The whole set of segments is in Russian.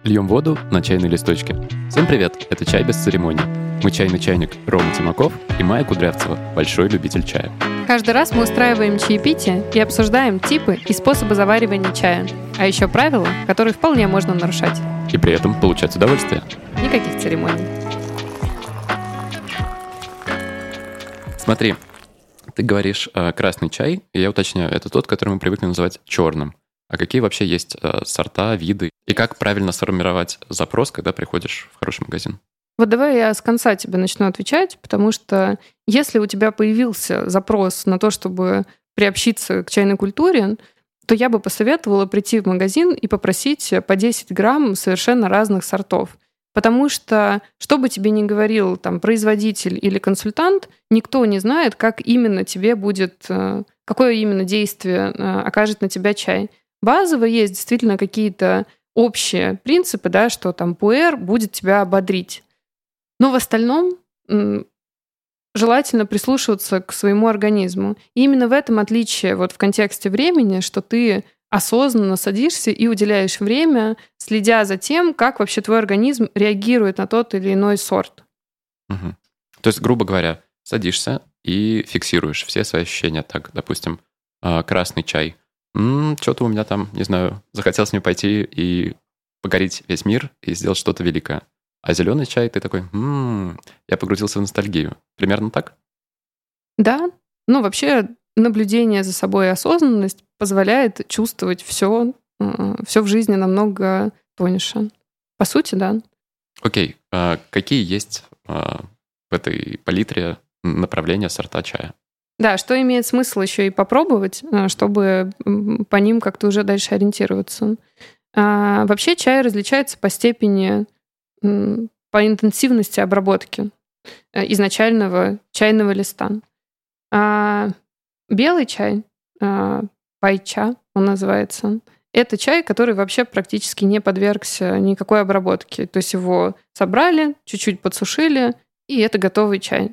Льем воду на чайные листочки. Всем привет, это «Чай без церемоний». Мы чайный чайник Рома Тимаков и Майя Кудрявцева, большой любитель чая. Каждый раз мы устраиваем чаепитие и обсуждаем типы и способы заваривания чая, а еще правила, которые вполне можно нарушать. И при этом получать удовольствие. Никаких церемоний. Смотри, ты говоришь красный чай, и я уточняю, это тот, который мы привыкли называть черным. А какие вообще есть сорта, виды? И как правильно сформировать запрос, когда приходишь в хороший магазин? Вот давай я с конца тебе начну отвечать, потому что если у тебя появился запрос на то, чтобы приобщиться к чайной культуре, то я бы посоветовала прийти в магазин и попросить по 10 грамм совершенно разных сортов. Потому что, что бы тебе ни говорил там, производитель или консультант, никто не знает, как именно тебе будет, какое именно действие окажет на тебя чай. Базово есть действительно какие-то общие принципы, да, что там пуэр будет тебя ободрить. Но в остальном желательно прислушиваться к своему организму. И именно в этом отличие вот в контексте времени, что ты осознанно садишься и уделяешь время, следя за тем, как вообще твой организм реагирует на тот или иной сорт. Угу. То есть, грубо говоря, садишься и фиксируешь все свои ощущения. Так, допустим, красный чай. Что-то у меня там, не знаю, захотелось мне пойти и покорить весь мир и сделать что-то великое. А зеленый чай, ты такой, я погрузился в ностальгию. Примерно так? Да. Ну, вообще, наблюдение за собой и осознанность позволяет чувствовать все в жизни намного тоньше. По сути, да. Окей. Какие есть в этой палитре направления сорта чая? Да, что имеет смысл еще и попробовать, чтобы по ним как-то уже дальше ориентироваться. Вообще чай различается по степени, по интенсивности обработки изначального чайного листа. Белый чай, пайча он называется, это чай, который вообще практически не подвергся никакой обработке. То есть его собрали, чуть-чуть подсушили, и это готовый чай.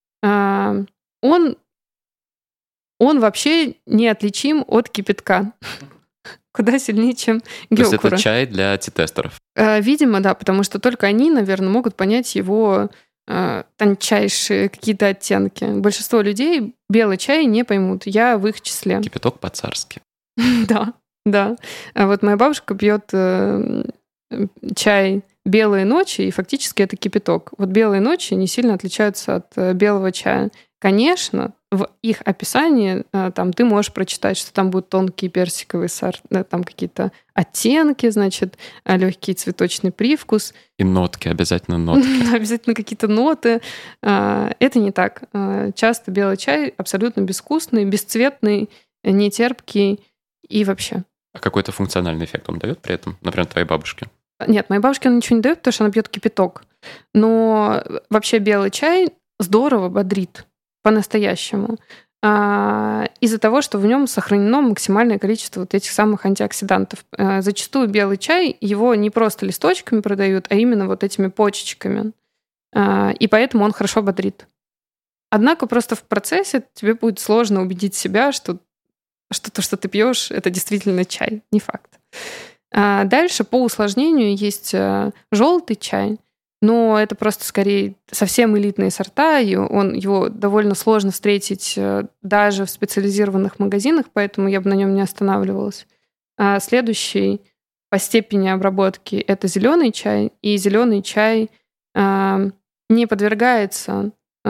Он вообще неотличим от кипятка. Куда сильнее, чем гёкура. То есть это чай для тестеров? Видимо, да, потому что только они, наверное, могут понять его тончайшие какие-то оттенки. Большинство людей белый чай не поймут. Я в их числе. Кипяток по-царски. Да. А вот моя бабушка пьет чай «Белые ночи», и фактически это кипяток. Вот «Белые ночи» не сильно отличаются от белого чая. Конечно, в их описании там ты можешь прочитать, что там будет тонкий персиковый сорт, там какие-то оттенки, значит, легкий цветочный привкус. И нотки, обязательно нотки. Обязательно какие-то ноты. Это не так. Часто белый чай абсолютно безвкусный, бесцветный, не терпкий и вообще. А какой-то функциональный эффект он дает при этом? Например, твоей бабушке? Нет, моей бабушке он ничего не дает, потому что она пьет кипяток. Но вообще белый чай здорово бодрит по-настоящему. Из-за того, что в нем сохранено максимальное количество вот этих самых антиоксидантов. Зачастую белый чай, его не просто листочками продают, а именно вот этими почечками. И поэтому он хорошо бодрит. Однако просто в процессе тебе будет сложно убедить себя, что то, что ты пьешь, это действительно чай. Не факт. Дальше по усложнению есть желтый чай, но это просто скорее совсем элитные сорта, и его довольно сложно встретить даже в специализированных магазинах, поэтому я бы на нем не останавливалась. Следующий по степени обработки это зеленый чай, и зеленый чай не подвергается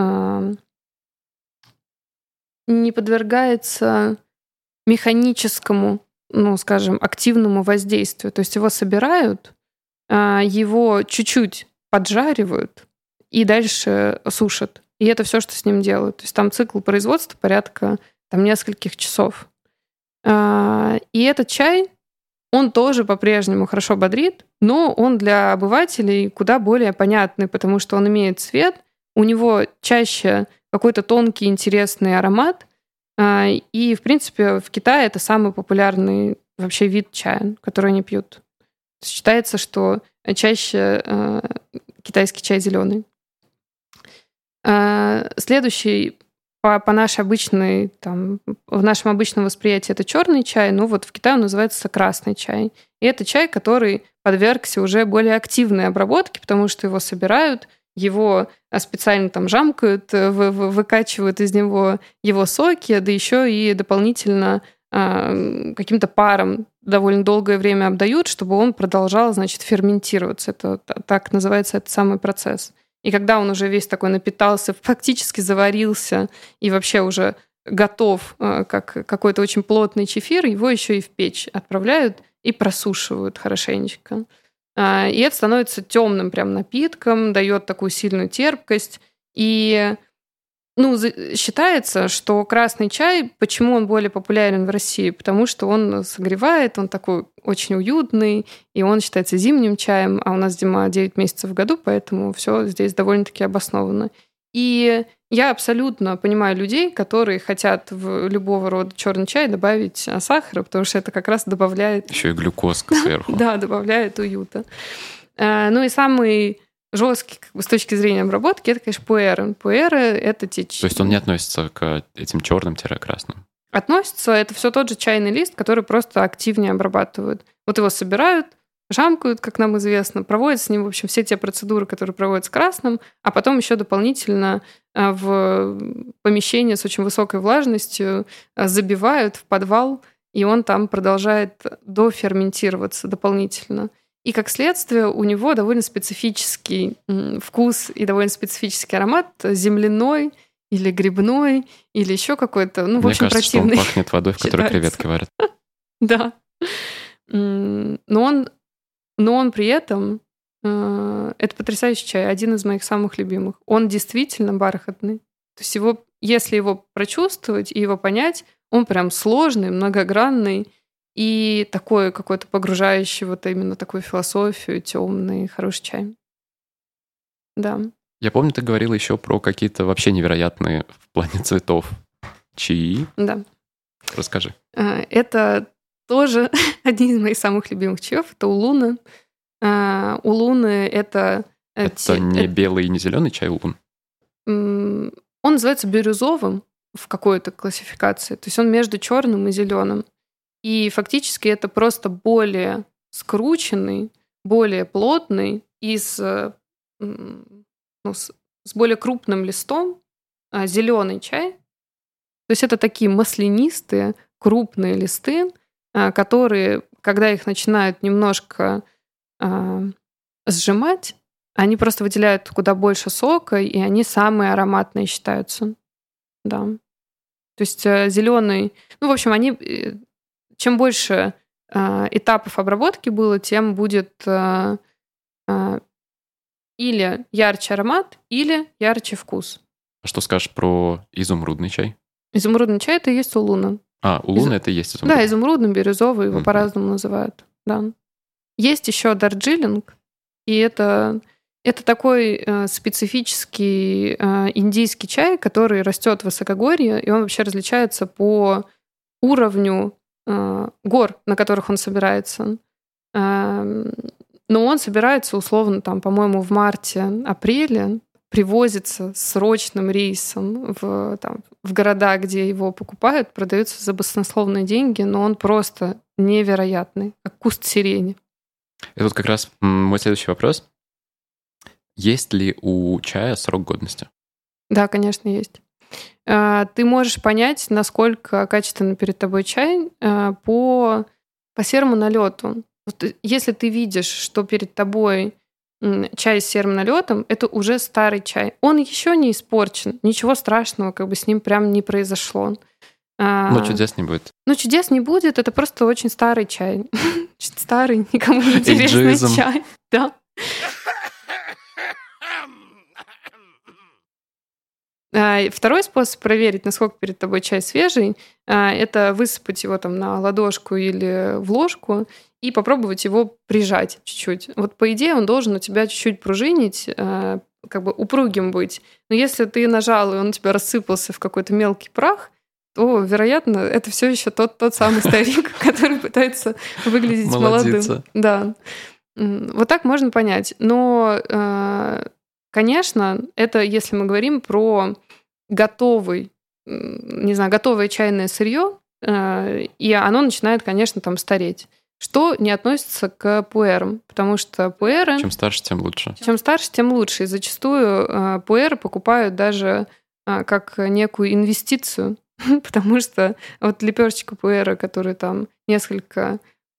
механическому, скажем, активному воздействию. То есть его собирают, его чуть-чуть поджаривают и дальше сушат. И это все, что с ним делают. То есть там цикл производства порядка нескольких часов. И этот чай, он тоже по-прежнему хорошо бодрит, но он для обывателей куда более понятный, потому что он имеет цвет, у него чаще какой-то тонкий, интересный аромат, и, в принципе, в Китае это самый популярный вообще вид чая, который они пьют. Считается, что чаще китайский чай зеленый. Следующий по нашей обычной, в нашем обычном восприятии это черный чай, но вот в Китае он называется красный чай. И это чай, который подвергся уже более активной обработке, потому что его собирают, его специально жамкают, выкачивают из него его соки, да еще и дополнительно каким-то паром довольно долгое время обдают, чтобы он продолжал, ферментироваться. Это так называется этот самый процесс. И когда он уже весь такой напитался, фактически заварился и вообще уже готов, как какой-то очень плотный чефир, его еще и в печь отправляют и просушивают хорошенечко. И это становится темным прям напитком, дает такую сильную терпкость. И считается, что красный чай, почему он более популярен в России? Потому что он согревает, он такой очень уютный, и он считается зимним чаем, а у нас зима 9 месяцев в году, поэтому все здесь довольно-таки обосновано. И я абсолютно понимаю людей, которые хотят в любого рода черный чай добавить сахара, потому что это как раз добавляет... Еще и глюкозка сверху. Да, добавляет уюта. И самый жесткий, с точки зрения обработки, это, конечно, пуэры. Пуэры — это те... То есть он не относится к этим черным-красным? Относится, это все тот же чайный лист, который просто активнее обрабатывают. Вот его собирают, жамкают, как нам известно, проводят с ним, в общем, все те процедуры, которые проводят с красным, а потом еще дополнительно в помещение с очень высокой влажностью забивают в подвал, и он там продолжает доферментироваться дополнительно. И как следствие у него довольно специфический вкус и довольно специфический аромат земляной или грибной, или еще какой-то, в общем, кажется, противный. Что он пахнет водой, в которой креветки варят. Да. Но он при этом... Это потрясающий чай, один из моих самых любимых. Он действительно бархатный. То есть если его прочувствовать и его понять, он прям сложный, многогранный, и такой какой-то погружающий именно такую философию, темный, хороший чай. Да. Я помню, ты говорила еще про какие-то вообще невероятные в плане цветов чаи. Да. Расскажи. Это тоже один из моих самых любимых чаев. Это улуна. Улуны — это... Это не белый и не зеленый чай улун? Он называется бирюзовым в какой-то классификации. То есть он между черным и зеленым. И фактически это просто более скрученный, более плотный и с более крупным листом зеленый чай. То есть это такие маслянистые, крупные листы, которые, когда их начинают немножко сжимать, они просто выделяют куда больше сока, и они самые ароматные считаются. Да. То есть зеленый... в общем, они... Чем больше этапов обработки было, тем будет или ярче аромат, или ярче вкус. А что скажешь про изумрудный чай? Изумрудный чай — это и есть улуна. Улуна — это и есть изумрудный. Да, изумрудный, бирюзовый, его по-разному называют. Да. Есть еще дарджилинг, и это такой специфический индийский чай, который растет в высокогорье, и он вообще различается по уровню гор, на которых он собирается. Но он собирается условно, по-моему, в марте-апреле, привозится срочным рейсом в города, где его покупают, продается за баснословные деньги, но он просто невероятный, как куст сирени. И тут как раз мой следующий вопрос. Есть ли у чая срок годности? Да, конечно, есть. Ты можешь понять, насколько качественно перед тобой чай по серому налету. Вот если ты видишь, что перед тобой чай с серым налетом, это уже старый чай. Он еще не испорчен, ничего страшного с ним прям не произошло. Но чудес не будет. Чудес не будет, это просто очень старый чай. Старый, никому не интересный чай. Да. Второй способ проверить, насколько перед тобой чай свежий, это высыпать его на ладошку или в ложку и попробовать его прижать чуть-чуть. Вот по идее он должен у тебя чуть-чуть пружинить, упругим быть. Но если ты нажал, и он у тебя рассыпался в какой-то мелкий прах, то, вероятно, это все еще тот самый старик, который пытается выглядеть молодым. Да. Вот так можно понять. Но, конечно, это если мы говорим про готовый не знаю, готовое чайное сырье, и оно начинает, конечно, там стареть. Что не относится к пуэрам, потому что пуэры... Чем старше, тем лучше. Чем старше, тем лучше. И зачастую пуэры покупают даже как некую инвестицию, потому что вот лепешечка пуэра, которая там несколько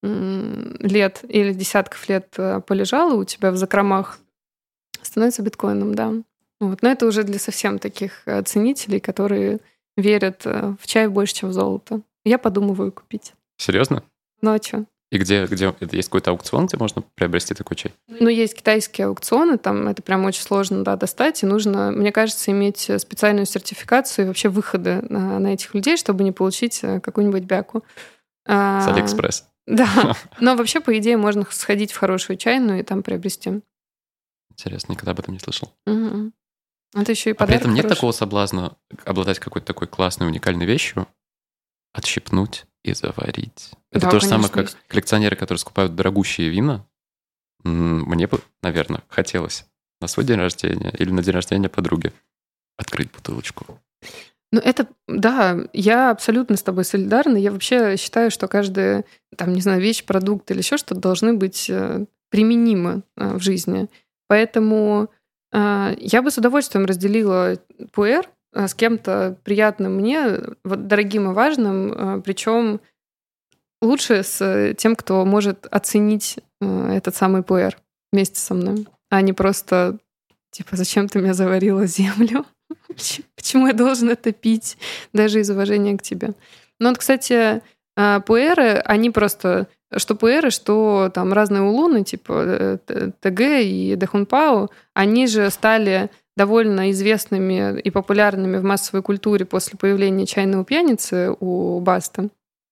лет или десятков лет полежала у тебя в закромах, становится биткоином, да. Вот. Но это уже для совсем таких ценителей, которые верят в чай больше, чем в золото. Я подумываю купить. Серьезно? Ну а что? И где это есть какой-то аукцион, где можно приобрести такой чай? Ну, есть китайские аукционы, там это прям очень сложно, да, достать, и нужно, мне кажется, иметь специальную сертификацию и вообще выходы на этих людей, чтобы не получить какую-нибудь бяку. С Алиэкспресс. Да, но вообще, по идее, можно сходить в хорошую чайную и там приобрести. Интересно, никогда об этом не слышал. Угу. Это еще и А подарок при этом нет хороший. такого соблазна обладать какой-то такой классной, уникальной вещью, отщипнуть и заварить. Это Да, то же самое, конечно, как есть. коллекционеры, которые скупают дорогущие вина. Мне бы, наверное, хотелось на свой день рождения или на день рождения подруги открыть бутылочку. Ну, это, да, я абсолютно с тобой солидарна. Я вообще считаю, что каждая, там, не знаю, вещь, продукт или еще что-то должны быть применимы в жизни. Поэтому я бы с удовольствием разделила пуэр с кем-то приятным мне, вот, дорогим и важным, причем лучше с тем, кто может оценить этот самый пуэр вместе со мной, а не просто, типа, зачем ты меня заварила землю? Почему я должен это пить, даже из уважения к тебе? Ну вот, кстати, пуэры, они просто... Что пуэры, что там разные улуны, типа ТГ и Дахунпао, они же стали довольно известными и популярными в массовой культуре после появления «Чайного пьяницы» у Баста.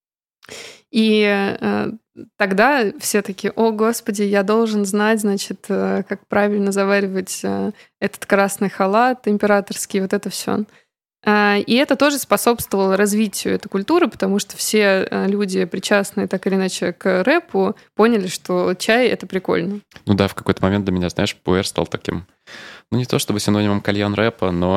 И тогда все такие: о, Господи, я должен знать, значит, как правильно заваривать этот красный халат императорский, вот это все. И это тоже способствовало развитию этой культуры, потому что все люди, причастные так или иначе к рэпу, поняли, что чай — это прикольно. Ну да, в какой-то момент для меня, знаешь, пуэр стал таким, ну не то чтобы синонимом кальян рэпа, но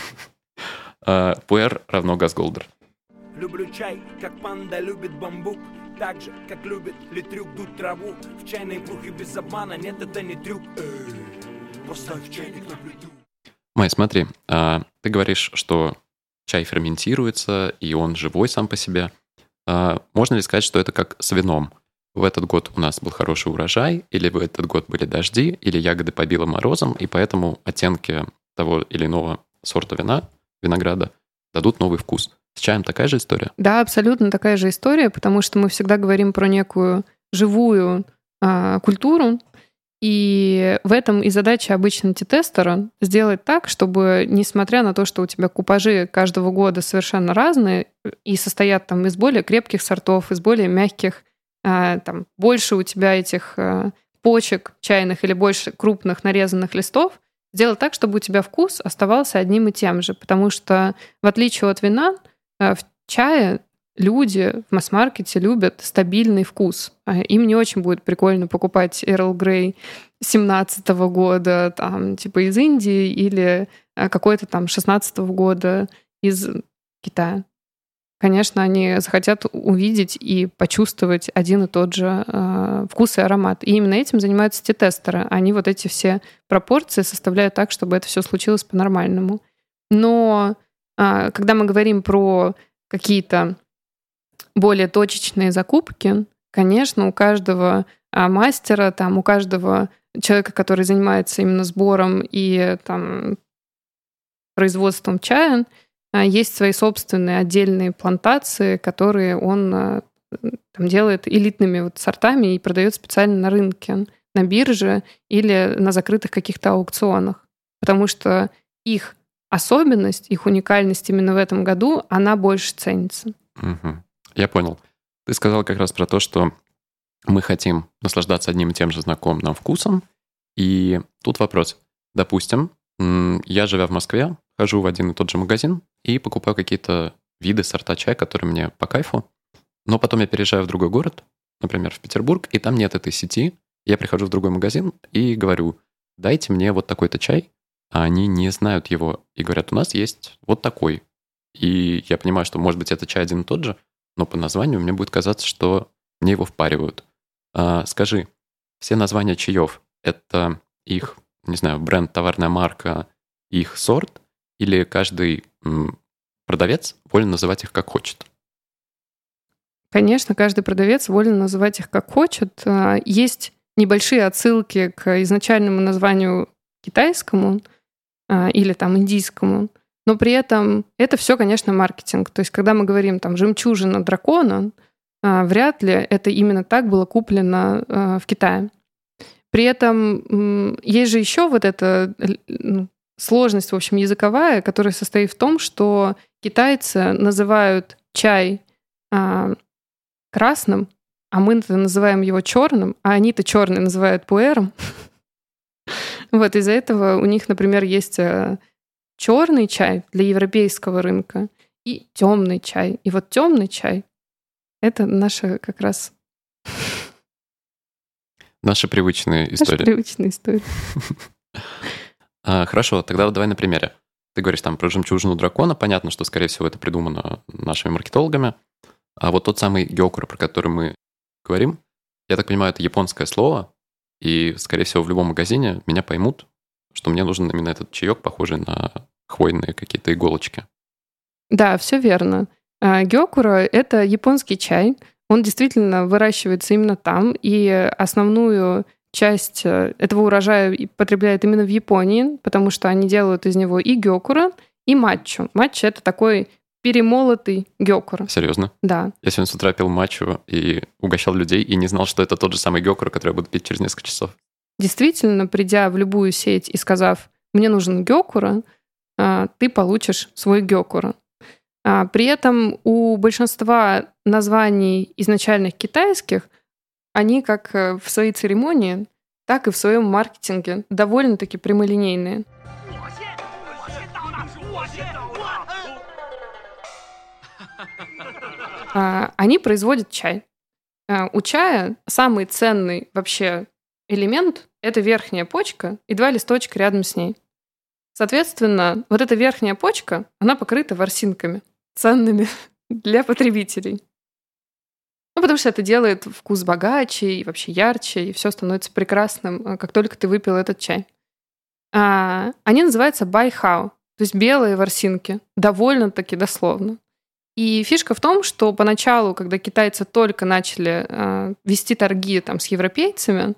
пуэр равно газголдер. Люблю чай, как панда любит бамбук, так же, как любит ли трюк дуть траву. В чайной брухе без обмана, нет, это не трюк. Поставь чайник на плиту. Май, смотри, ты говоришь, что чай ферментируется, и он живой сам по себе. Можно ли сказать, что это как с вином? В этот год у нас был хороший урожай, или в этот год были дожди, или ягоды побило морозом, и поэтому оттенки того или иного сорта винограда дадут новый вкус. С чаем такая же история? Да, абсолютно такая же история, потому что мы всегда говорим про некую живую культуру, и в этом и задача обычно антитестера — сделать так, чтобы, несмотря на то, что у тебя купажи каждого года совершенно разные и состоят там из более крепких сортов, из более мягких, там больше у тебя этих почек чайных или больше крупных нарезанных листов, сделать так, чтобы у тебя вкус оставался одним и тем же. Потому что, в отличие от вина, в чае люди в масс-маркете любят стабильный вкус. Им не очень будет прикольно покупать Эрл Грей 17-го года, там, типа из Индии, или какой-то там 16-го года из Китая. Конечно, они захотят увидеть и почувствовать один и тот же вкус и аромат. И именно этим занимаются те тестеры. Они вот эти все пропорции составляют так, чтобы это все случилось по-нормальному. Но когда мы говорим про какие-то более точечные закупки, конечно, у каждого мастера, там, у каждого человека, который занимается именно сбором и там, производством чая, есть свои собственные отдельные плантации, которые он там, делает элитными вот сортами и продает специально на рынке, на бирже или на закрытых каких-то аукционах. Потому что их особенность, их уникальность именно в этом году, она больше ценится. Угу. Я понял. Ты сказал как раз про то, что мы хотим наслаждаться одним и тем же знакомым нам вкусом. И тут вопрос. Допустим, я, живя в Москве, хожу в один и тот же магазин и покупаю какие-то виды, сорта чая, которые мне по кайфу. Но потом я переезжаю в другой город, например, в Петербург, и там нет этой сети. Я прихожу в другой магазин и говорю: дайте мне вот такой-то чай. А они не знают его и говорят: у нас есть вот такой. и я понимаю, что, может быть, это чай один и тот же, но по названию мне будет казаться, что мне его впаривают. Скажи, все названия чаев — это их, не знаю, бренд, товарная марка, их сорт, или каждый продавец волен называть их как хочет? Конечно, каждый продавец волен называть их как хочет. Есть небольшие отсылки к изначальному названию китайскому или там индийскому, но при этом это все, конечно, маркетинг. То есть, когда мы говорим там «жемчужина дракона», вряд ли это именно так было куплено в Китае. При этом есть же еще вот эта сложность, в общем, языковая, которая состоит в том, что китайцы называют чай красным, а мы-то называем его черным, а они-то черный называют пуэром. Вот из-за этого у них, например, есть черный чай для европейского рынка и темный чай. И вот темный чай — это наша как раз... Наши привычные истории. Наша привычная история. Хорошо, тогда давай на примере. Ты говоришь там про жемчужину дракона. Понятно, что, скорее всего, это придумано нашими маркетологами. А вот тот самый гёкуро, про который мы говорим, я так понимаю, это японское слово, и, скорее всего, в любом магазине меня поймут, что мне нужен именно этот чаек, похожий на хвойные какие-то иголочки. Да, все верно. Гёкуро — это японский чай. Он действительно выращивается именно там, и основную часть этого урожая потребляют именно в Японии, потому что они делают из него и гёкуро, и матчу. Матча — это такой перемолотый гёкуро. Серьезно? Да. Я сегодня с утра пил матчу и угощал людей, и не знал, что это тот же самый гёкуро, который я буду пить через несколько часов. Действительно, придя в любую сеть и сказав «мне нужен гёкуро», ты получишь свой гёкуро. При этом у большинства названий изначальных китайских они как в своей церемонии, так и в своем маркетинге довольно-таки прямолинейные. Они производят чай. У чая самый ценный вообще элемент — это верхняя почка и 2 листочка рядом с ней. Соответственно, вот эта верхняя почка, она покрыта ворсинками, ценными для потребителей. Ну, потому что это делает вкус богаче и вообще ярче, и все становится прекрасным, как только ты выпил этот чай. Они называются байхао, то есть белые ворсинки, довольно-таки дословно. И фишка в том, что поначалу, когда китайцы только начали вести торги там, с европейцами,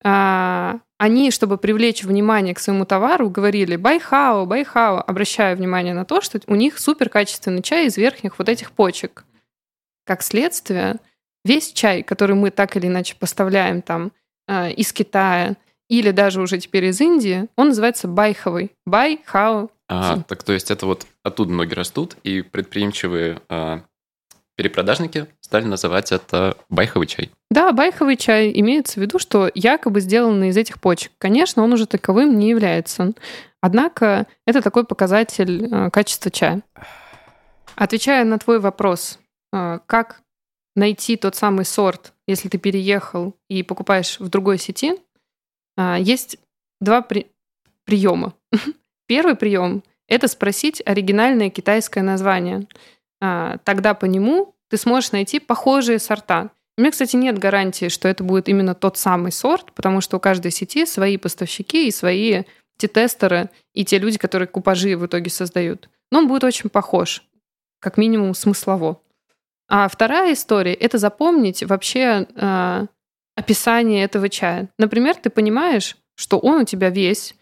они, чтобы привлечь внимание к своему товару, говорили «байхао, байхао», обращая внимание на то, что у них суперкачественный чай из верхних вот этих почек. Как следствие, весь чай, который мы так или иначе поставляем там из Китая или даже уже теперь из Индии, он называется байховый. Байхао. Так то есть это вот оттуда ноги растут, и предприимчивые перепродажники стали называть это байховый чай. Да, байховый чай имеется в виду, что якобы сделанный из этих почек. Конечно, он уже таковым не является. Однако это такой показатель качества чая. Отвечая на твой вопрос, как найти тот самый сорт, если ты переехал и покупаешь в другой сети, есть 2 приема. Первый прием — это спросить оригинальное китайское название. Тогда по нему ты сможешь найти похожие сорта. У меня, кстати, нет гарантии, что это будет именно тот самый сорт, потому что у каждой сети свои поставщики и свои те тестеры, и те люди, которые купажи в итоге создают. Но он будет очень похож, как минимум смыслово. А вторая история — это запомнить вообще описание этого чая. Например, ты понимаешь, что он у тебя весь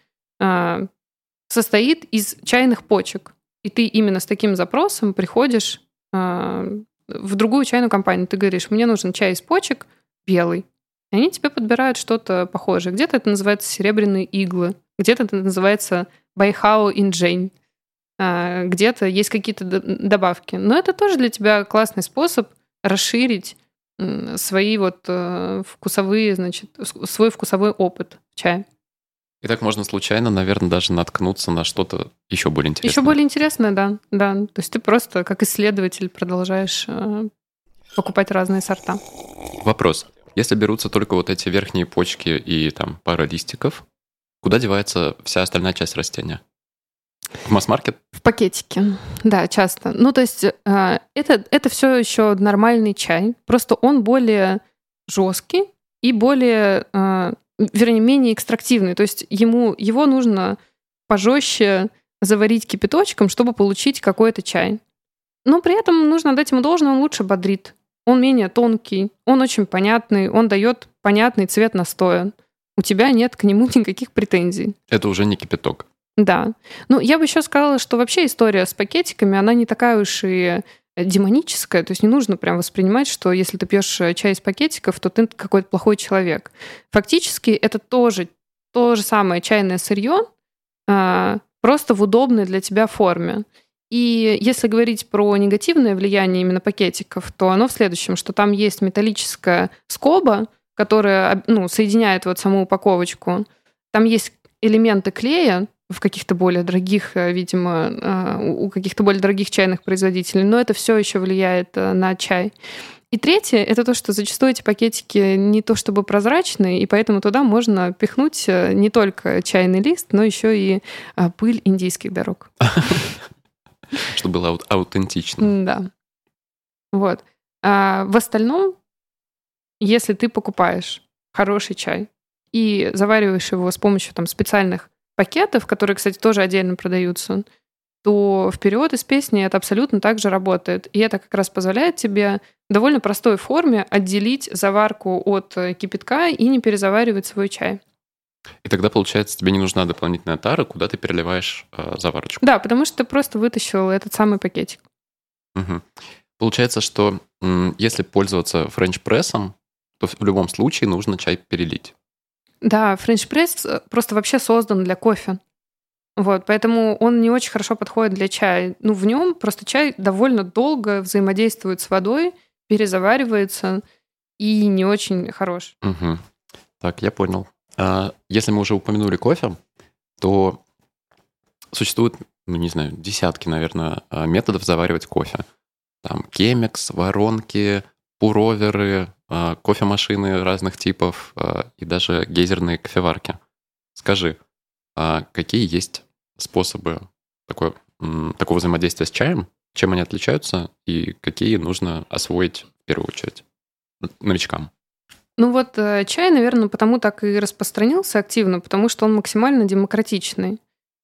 состоит из чайных почек. И ты именно с таким запросом приходишь в другую чайную компанию. Ты говоришь, мне нужен чай из почек белый. И они тебе подбирают что-то похожее. Где-то это называется серебряные иглы, где-то это называется байхао инджень, где-то есть какие-то добавки. Но это тоже для тебя классный способ расширить свои вот вкусовые, значит, свой вкусовой опыт в чае. И так можно случайно, наверное, даже наткнуться на что-то еще более интересное. Еще более интересное, да. То есть ты просто как исследователь продолжаешь покупать разные сорта. Вопрос. Если берутся только вот эти верхние почки и там пара листиков, куда девается вся остальная часть растения? В масс-маркет? В пакетике, да, часто. Ну, то есть это все еще нормальный чай, просто он более жесткий и более, вернее, менее экстрактивный. То есть его нужно пожестче заварить кипяточком, чтобы получить какой-то чай. Но при этом нужно отдать ему должное, он лучше бодрит. Он менее тонкий, он очень понятный, он дает понятный цвет настоя. У тебя нет к нему никаких претензий. Это уже не кипяток. Да. Ну, я бы еще сказала, что вообще история с пакетиками, она не такая уж и демоническая. То есть не нужно прям воспринимать, что если ты пьешь чай из пакетиков, то ты какой-то плохой человек. Фактически это тоже то же самое чайное сырье, просто в удобной для тебя форме. И если говорить про негативное влияние именно пакетиков, то оно в следующем, что там есть металлическая скоба, которая соединяет вот саму упаковочку. Там есть элементы клея в каких-то более дорогих, видимо, у каких-то более дорогих чайных производителей, но это все еще влияет на чай. И третье — это то, что зачастую эти пакетики не то чтобы прозрачные, и поэтому туда можно пихнуть не только чайный лист, но еще и пыль индийских дорог. Чтобы было аутентично. Да. Вот. А в остальном, если ты покупаешь хороший чай и завариваешь его с помощью специальных пакетов, которые, кстати, тоже отдельно продаются, то в период из песни это абсолютно так же работает. И это как раз позволяет тебе в довольно простой форме отделить заварку от кипятка и не перезаваривать свой чай. И тогда, получается, тебе не нужна дополнительная тара, куда ты переливаешь заварочку. Да, потому что ты просто вытащил этот самый пакетик. Угу. Получается, что если пользоваться френч-прессом, то в любом случае нужно чай перелить. Да, френч-пресс просто вообще создан для кофе. Вот, поэтому он не очень хорошо подходит для чая. В нем просто чай довольно долго взаимодействует с водой, перезаваривается и не очень хорош. Угу. Так, я понял. Если мы уже упомянули кофе, то существует, десятки, наверное, методов заваривать кофе. Там кемекс, воронки, пуроверы, кофемашины разных типов и даже гейзерные кофеварки. Скажи, какие есть способы такого взаимодействия с чаем, чем они отличаются и какие нужно освоить в первую очередь новичкам? Чай, наверное, потому так и распространился активно, потому что он максимально демократичный.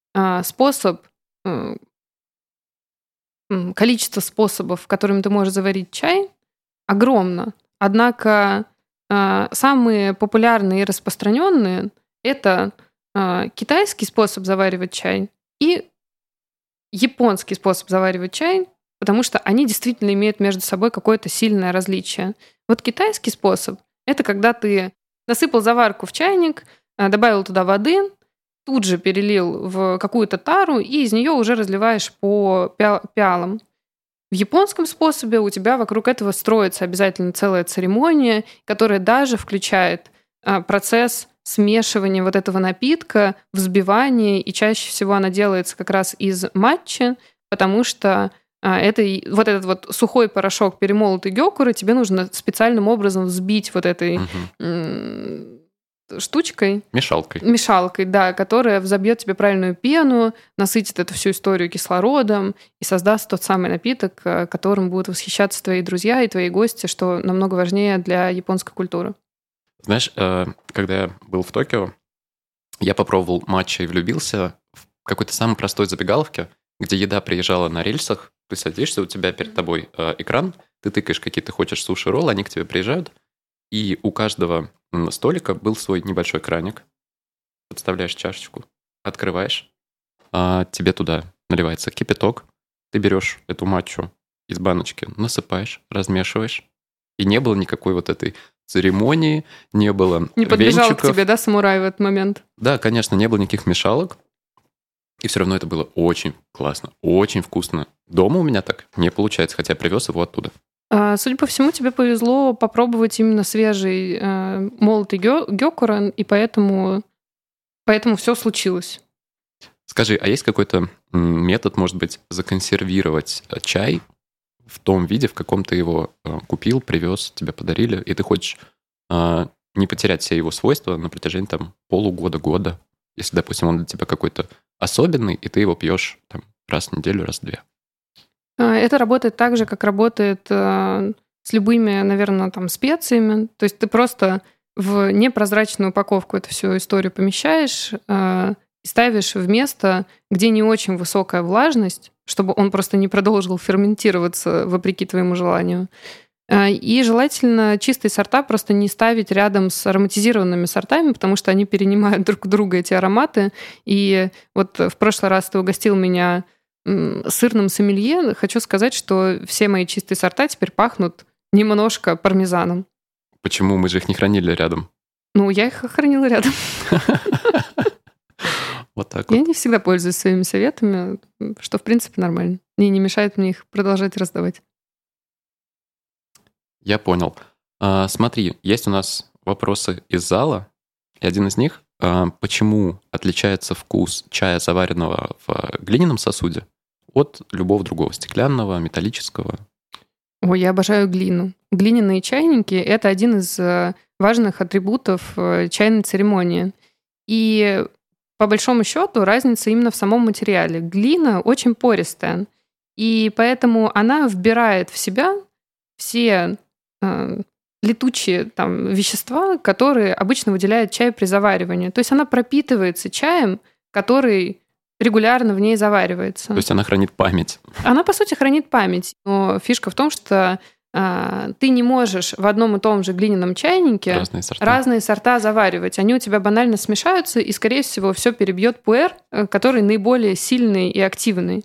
Количество способов, которыми ты можешь заварить чай, огромно. Однако самые популярные и распространенные — это китайский способ заваривать чай и японский способ заваривать чай, потому что они действительно имеют между собой какое-то сильное различие. Вот китайский способ — это когда ты насыпал заварку в чайник, добавил туда воды, тут же перелил в какую-то тару и из нее уже разливаешь по пиалам. В японском способе у тебя вокруг этого строится обязательно целая церемония, которая даже включает процесс смешивания вот этого напитка, взбивания, и чаще всего она делается как раз из матчи, потому что этот сухой порошок перемолотой гёкуры тебе нужно специальным образом взбить вот этой штучкой. Мешалкой, да, которая взобьет тебе правильную пену, насытит эту всю историю кислородом и создаст тот самый напиток, которым будут восхищаться твои друзья и твои гости, что намного важнее для японской культуры. Знаешь, когда я был в Токио, я попробовал матча и влюбился в какой-то самой простой забегаловке, где еда приезжала на рельсах, ты садишься, у тебя перед тобой экран, ты тыкаешь, какие ты хочешь суши-роллы, они к тебе приезжают, и у каждого столика был свой небольшой краник. Подставляешь чашечку, открываешь, тебе туда наливается кипяток, ты берешь эту матчу из баночки, насыпаешь, размешиваешь, и не было никакой вот этой церемонии, не было не подбежал венчиков. К тебе, да, самурай в этот момент? Да, конечно, не было никаких мешалок. И все равно это было очень классно, очень вкусно. Дома у меня так не получается, хотя я привез его оттуда. Судя по всему, тебе повезло попробовать именно свежий молотый гёкура, и поэтому все случилось. Скажи, а есть какой-то метод, может быть, законсервировать чай в том виде, в каком ты его купил, привез, тебе подарили, и ты хочешь не потерять все его свойства на протяжении полугода-года, если, допустим, он для тебя какой-то особенный, и ты его пьешь там раз в неделю, раз в 2. Это работает так же, как работает с любыми, наверное, там, специями. То есть ты просто в непрозрачную упаковку эту всю историю помещаешь и ставишь в место, где не очень высокая влажность, чтобы он просто не продолжил ферментироваться вопреки твоему желанию. И желательно чистые сорта просто не ставить рядом с ароматизированными сортами, потому что они перенимают друг у друга эти ароматы. И вот в прошлый раз ты угостил меня сырным сомелье. Хочу сказать, что все мои чистые сорта теперь пахнут немножко пармезаном. Почему? Мы же их не хранили рядом. Ну, я их хранила рядом. Вот так вот. Я не всегда пользуюсь своими советами, что, в принципе, нормально. И не мешает мне их продолжать раздавать. Я понял. Смотри, есть у нас вопросы из зала, и один из них — почему отличается вкус чая, заваренного в глиняном сосуде, от любого другого, стеклянного, металлического? Ой, я обожаю глину. Глиняные чайники — это один из важных атрибутов чайной церемонии. И по большому счету разница именно в самом материале. Глина очень пористая, и поэтому она вбирает в себя все летучие там вещества, которые обычно выделяет чай при заваривании. То есть она пропитывается чаем, который регулярно в ней заваривается. То есть она хранит память. Она, по сути, хранит память. Но фишка в том, что ты не можешь в одном и том же глиняном чайнике разные сорта заваривать. Они у тебя банально смешаются, и, скорее всего, все перебьет пуэр, который наиболее сильный и активный.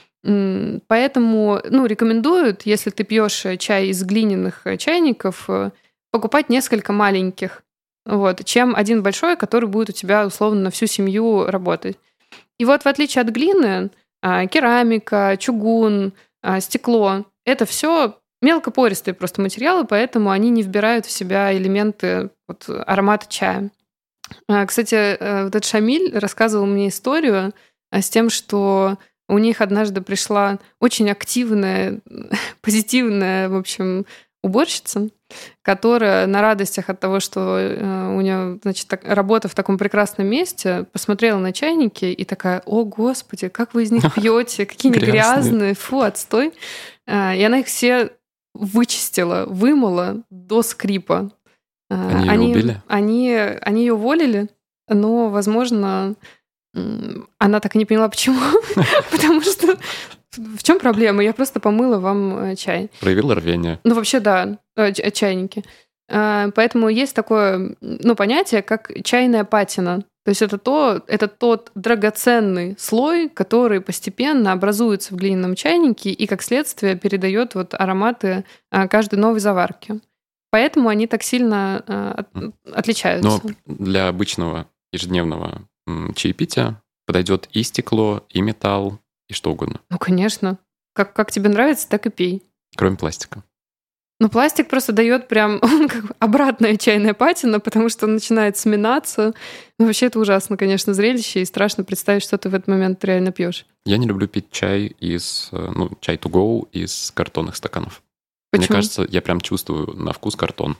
Поэтому рекомендуют, если ты пьешь чай из глиняных чайников, покупать несколько маленьких, чем один большой, который будет у тебя условно на всю семью работать. И вот в отличие от глины, керамика, чугун, стекло — это все мелкопористые просто материалы, поэтому они не вбирают в себя элементы аромата чая. Кстати, вот этот Шамиль рассказывал мне историю с тем, что у них однажды пришла очень активная, позитивная, в общем, уборщица, которая на радостях от того, что у нее, значит, работа в таком прекрасном месте, посмотрела на чайники и такая: «О, Господи, как вы из них пьете, какие они грязные, фу, отстой». И она их все вычистила, вымыла до скрипа. Они ее убили? Они ее уволили, но, возможно, она так и не поняла, почему. Потому что в чем проблема? Я просто помыла вам чай. Проявила рвение. Ну, вообще, да, чайники. Поэтому есть такое понятие, как чайная патина. То есть это тот драгоценный слой, который постепенно образуется в глиняном чайнике и, как следствие, передает ароматы каждой новой заварки. Поэтому они так сильно отличаются. Но для обычного ежедневного чаепития подойдет и стекло, и металл, и что угодно. Ну, конечно. Как тебе нравится, так и пей. Кроме пластика. Ну, пластик просто дает прям обратная чайная патина, потому что он начинает сминаться. Ну, вообще это ужасно, конечно, зрелище, и страшно представить, что ты в этот момент реально пьешь. Я не люблю пить чай чай to go из картонных стаканов. Почему? Мне кажется, я прям чувствую на вкус картон.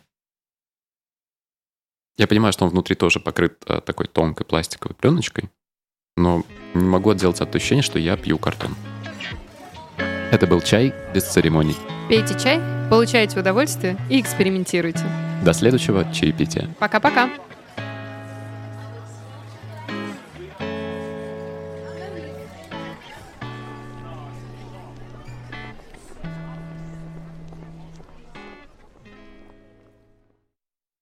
Я понимаю, что он внутри тоже покрыт такой тонкой пластиковой пленочкой, но не могу отделаться от ощущения, что я пью картон. Это был чай без церемоний. Пейте чай, получайте удовольствие и экспериментируйте. До следующего чаепития. Пока-пока.